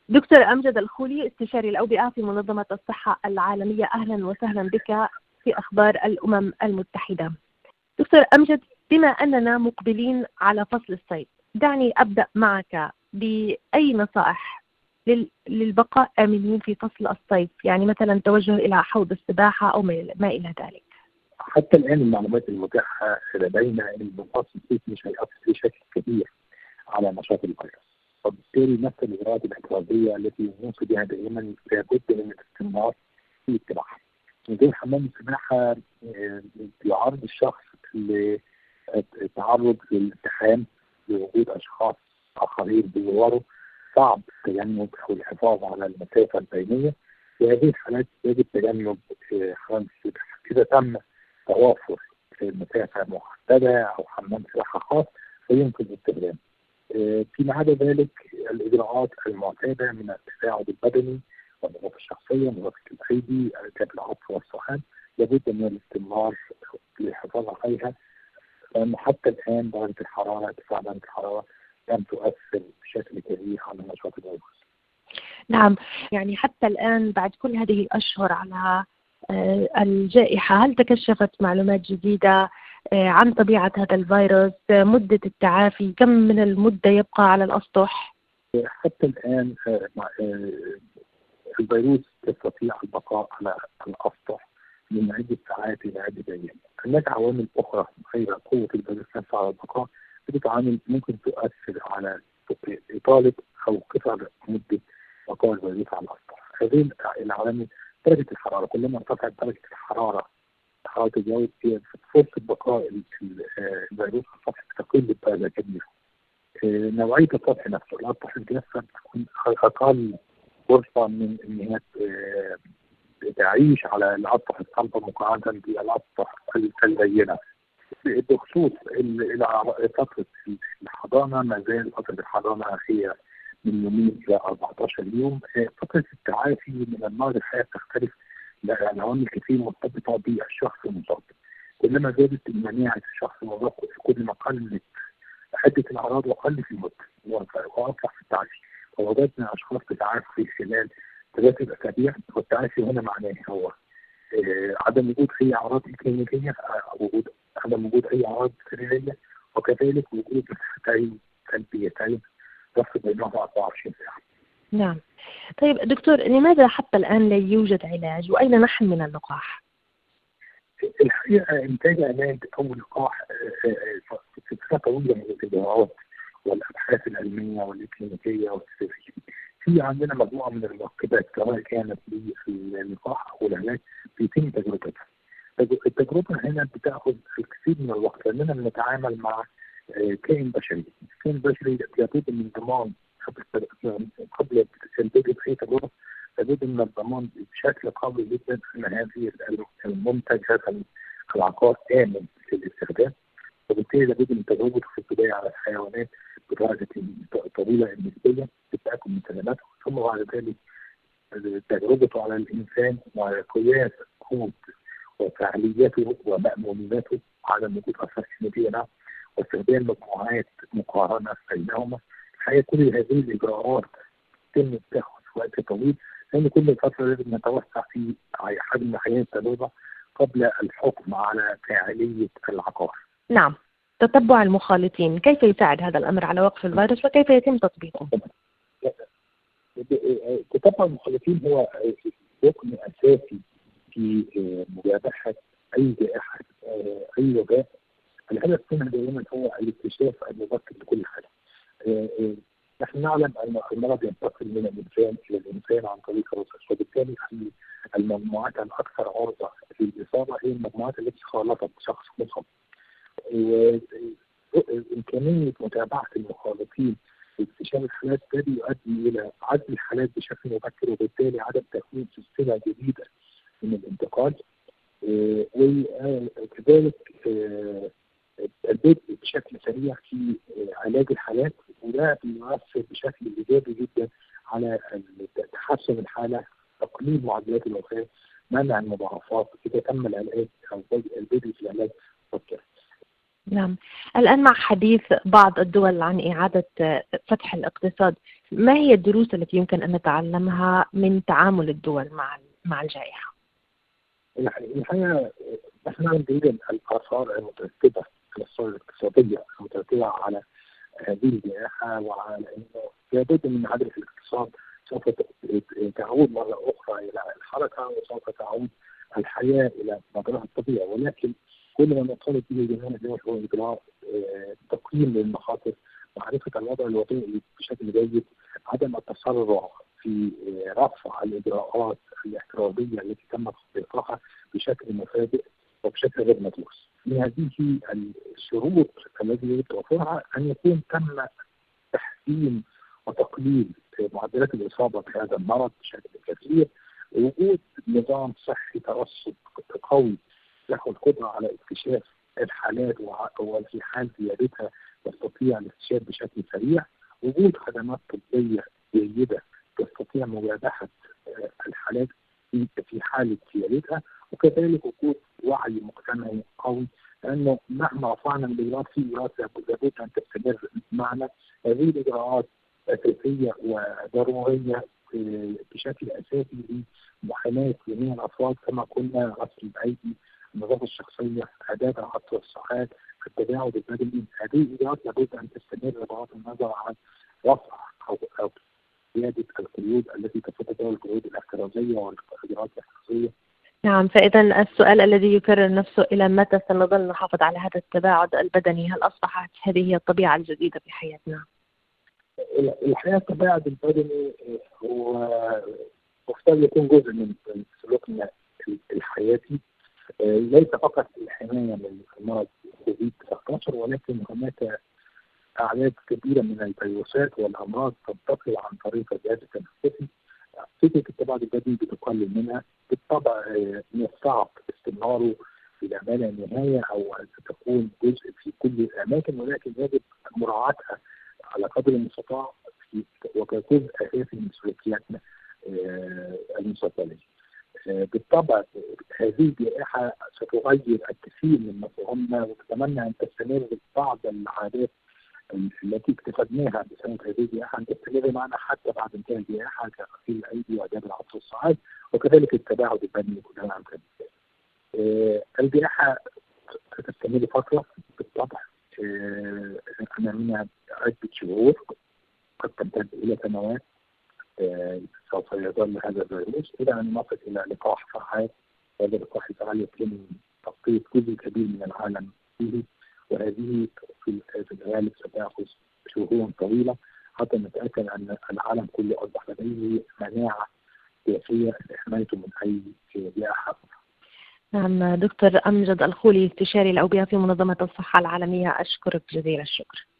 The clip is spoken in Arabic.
دكتور أمجد الخولي، استشاري الأوبئة في منظمة الصحة العالمية، أهلا وسهلا بك في أخبار الأمم المتحدة. دكتور أمجد، بما أننا مقبلين على فصل الصيف، دعني أبدأ معك بأي نصائح للبقاء آمنين في فصل الصيف، يعني مثلا توجه إلى حوض السباحة أو ما إلى ذلك. حتى الآن المعلومات المتاحة لدينا أن فصل الصيف مش هيأثر بشكل كبير على نشاط الفيروس، وبالتالي نفس الإجراءات الاحترازية التي نوصي بها دائما لابد من الاستمرار في اتباعها. نظام حمام السباحة يعرض الشخص للتعرض للالتحام لوجود أشخاص آخرين بجواره، صعب تجنب أو الحفاظ على المسافة البينية. في هذه الحالات يجب تجنب حمام السباحة. إذا تم توافر مسافة محددة أو حمام سباحة خاص فيمكن استخدامه. فيما عدا ذلك الإجراءات المعتادة من التباعد البدني والنظافة الشخصية، نظافة الأيدي، كاب العطف والصحن، لابد من الاستمرار للحفاظ عليها، لأن حتى الآن درجة الحرارة، ارتفاع درجة الحرارة لم تؤثر بشكل كبير على نشاط الفيروس. نعم، يعني حتى الآن بعد كل هذه الأشهر على الجائحة، هل تكشفت معلومات جديدة عن طبيعة هذا الفيروس؟ مدة التعافي، كم من المدة يبقى على الأسطح؟ حتى الآن الفيروس يستطيع البقاء على الأسطح من عدة ساعات إلى عدة أيام. هناك عوامل أخرى غير قوة الفيروس نفسه على البقاء، عدة عوامل ممكن تؤثر على إطالة أو قصر مدة بقاء الفيروس على الأسطح. هذه العوامل درجة الحرارة، كلما ارتفعت درجة الحرارة الجو، فرصة بقاء الفيروس على السطح تقل بدرجة كبيرة. نوعية السطح نفسه، الأسطح الجافة تكون أقل فرصة من أن هي تعيش على الأسطح الصلبة مقارنة بالأسطح اللينة. بخصوص فترة الحضانة، ما زال فترة الحضانة هي من يومين إلى 14 يوم. فترة التعافي من المرض الحياة تختلف لعوامل كثير مرتبطة بالشخص المصاب. كلما زادت مناعة الشخص المصاب كل ما قلت حدة الأعراض وقلت المدة وأصبح في التعافي. ووجدنا أشخاص تتعافي خلال 3 أسابيع، والتعافي هنا معناه هو عدم وجود أي أعراض كلينيكية، عدم وجود أي أعراض سريرية، وكذلك وجود نفحتين سلبيتين تفصل بينهما 24 ساعة. نعم. طيب دكتور، لماذا حتى الآن لا يوجد علاج، وأين نحن من اللقاح؟ الحقيقة إنتاج علاج أو لقاح فترة طويلة من الإجراءات والأبحاث العلمية والإكلينيكية والتجريبية. في عندنا مجموعة من المركبات سواء كانت للقاح أو العلاج بيتم تجربتها. التجربة هنا بتأخذ الكثير من الوقت، لأننا بنتعامل مع كائن بشري. كائن بشري لابد من ضمان قبل البدء في تجربة، لابد من الضمان بشكل قوي جدا أن هذه المنتج، هذا العقار آمن للاستخدام، وبالتالي لابد من تجربته في البداية على الحيوانات بدرجة طويلة النسبية للتأكد من سلامته، ثم بعد ذلك تجربته على الإنسان وعلى قياس قوة وفعاليته ومأمونيته على وجود أثار كلينيكية له، واستخدام مجموعات مقارنة بينهما. الحقيقة كل هذه الإجراءات تم تاخذ وقت طويل، لأن كل فترة لازم نتوسع في حجم حياة التجربة قبل الحكم على فاعلية العقار. نعم. تتبع المخالطين، كيف يساعد هذا الأمر على وقف الفيروس وكيف يتم تطبيقه؟ تتبع المخالطين هو ركن أساسي في مجابهة أي جائحة، أي وباء. الهدف منها دائما هو الاكتشاف المبكر لكل حالة. نحن نعلم أن المرض ينتقل من الإنسان إلى الإنسان عن طريق الرصاص، وبالتالي المجموعات الأكثر عرضة للإصابة هي المجموعات التي خالطت شخص مصاب. إمكانية متابعة المخالطين واكتشاف الحالات ده يؤدي إلى عزل الحالات بشكل مبكر، وبالتالي عدم تكوين سلسلة جديدة من الانتقال، وكذلك البدء بشكل سريع في علاج الحالات، وده بيؤثر بشكل إيجابي جدا على تحسن الحالة، تقليل معدلات الوفاة، منع المضاعفات إذا تم العلاج أو البدء في العلاج مبكرا. نعم. الآن مع حديث بعض الدول عن إعادة فتح الاقتصاد، ما هي الدروس التي يمكن أن نتعلمها من تعامل الدول مع الجائحة؟ الحقيقة نحن نعلم جيدا الآثار المترتبة على الصورة الاقتصادية المترتبة على هذه الجائحة، وعلى أنه لابد من عجلة الاقتصاد سوف تعود مرة أخرى إلى الحركة، وسوف تعود الحياة إلى مجراها الطبيعي. ولكن كل ما نطالب به جميع الدول هو إجراء تقييم للمخاطر، معرفة الوضع الوضعي بشكل جيد، عدم التسرع في رفع الإجراءات الاحترازية التي تم تطبيقها بشكل مفاجئ وبشكل غير مدروس. من هذه الشروط التي يجب توفرها أن يكون تم تحسين وتقليل معدلات الإصابة بهذا المرض بشكل كبير، وجود نظام صحي ترصد قوي له القدرة على اكتشاف الحالات وفي حال زيادتها يستطيع الاكتشاف بشكل سريع، وجود خدمات طبية جيدة تستطيع مواجهة الحالات في حالة زيادتها، وكذلك وجود وعي مجتمعي قوي، لأنه مهما رفعنا الإجراءات في إجراءات لابد أن تستمر معنا. هذه الإجراءات أساسية وضرورية بشكل أساسي لمحاماة جميع الأفراد، كما قلنا غسل الأيدي، النظافة الشخصية، آداب العطر والساعات، التباعد البدني. هذه الإجراءات لابد أن تستمر بغض النظر عن رفع أو زيادة القيود التي تفرض القيود الاحترازية والإجراءات الاحترازية. نعم، فإذا السؤال الذي يكرر نفسه إلى متى سنظل نحافظ على هذا التباعد البدني؟ هل أصبحت هذه هي الطبيعة الجديدة في حياتنا؟ الحقيقة التباعد البدني هو مفترض يكون جزء من سلوكنا الحياتي، ليس فقط الحماية من مرض كوفيد-19، ولكن هناك أعداد كبيرة من الفيروسات والأمراض تنتقل عن طريق الجهاز التنفسي. فكرة التباعد البدني بتقلل منها. بالطبع من الصعب استمراره إلى ما لا نهاية أو أن تكون جزء في كل الأماكن، ولكن يجب مراعاتها على قدر المستطاع وكجزء أساسي من سلوكياتنا المستقبلية. بالطبع هذه الجائحة ستغير الكثير من مفهومنا، ونتمنى أن تستمر بعض العادات التي اكتسبناها بسبب هذه الجائحة أن تستمر معنا حتى بعد انتهاء الجائحة، كغسيل الأيدي وآداب العطر والساعات، وكذلك التباعد البدني كلما أمكن. الجائحة ستستمر فترة بالطبع، أمامنا عدة شهور قد تمتد إلى سنوات. سوف يظل هذا الفيروس إلى أن نصل إلى لقاح فعال. هذا اللقاح الفعال يتم تغطية جزء كبير من العالم فيه، وهذه في الغالب ستأخذ شهور طويلة حتى نتأكد أن العالم كله أصبح لديه مناعة كافية لحمايته من أي جائحة. نعم، دكتور أمجد الخولي، استشاري الأوبئة في منظمة الصحة العالمية، أشكرك جزيل الشكر.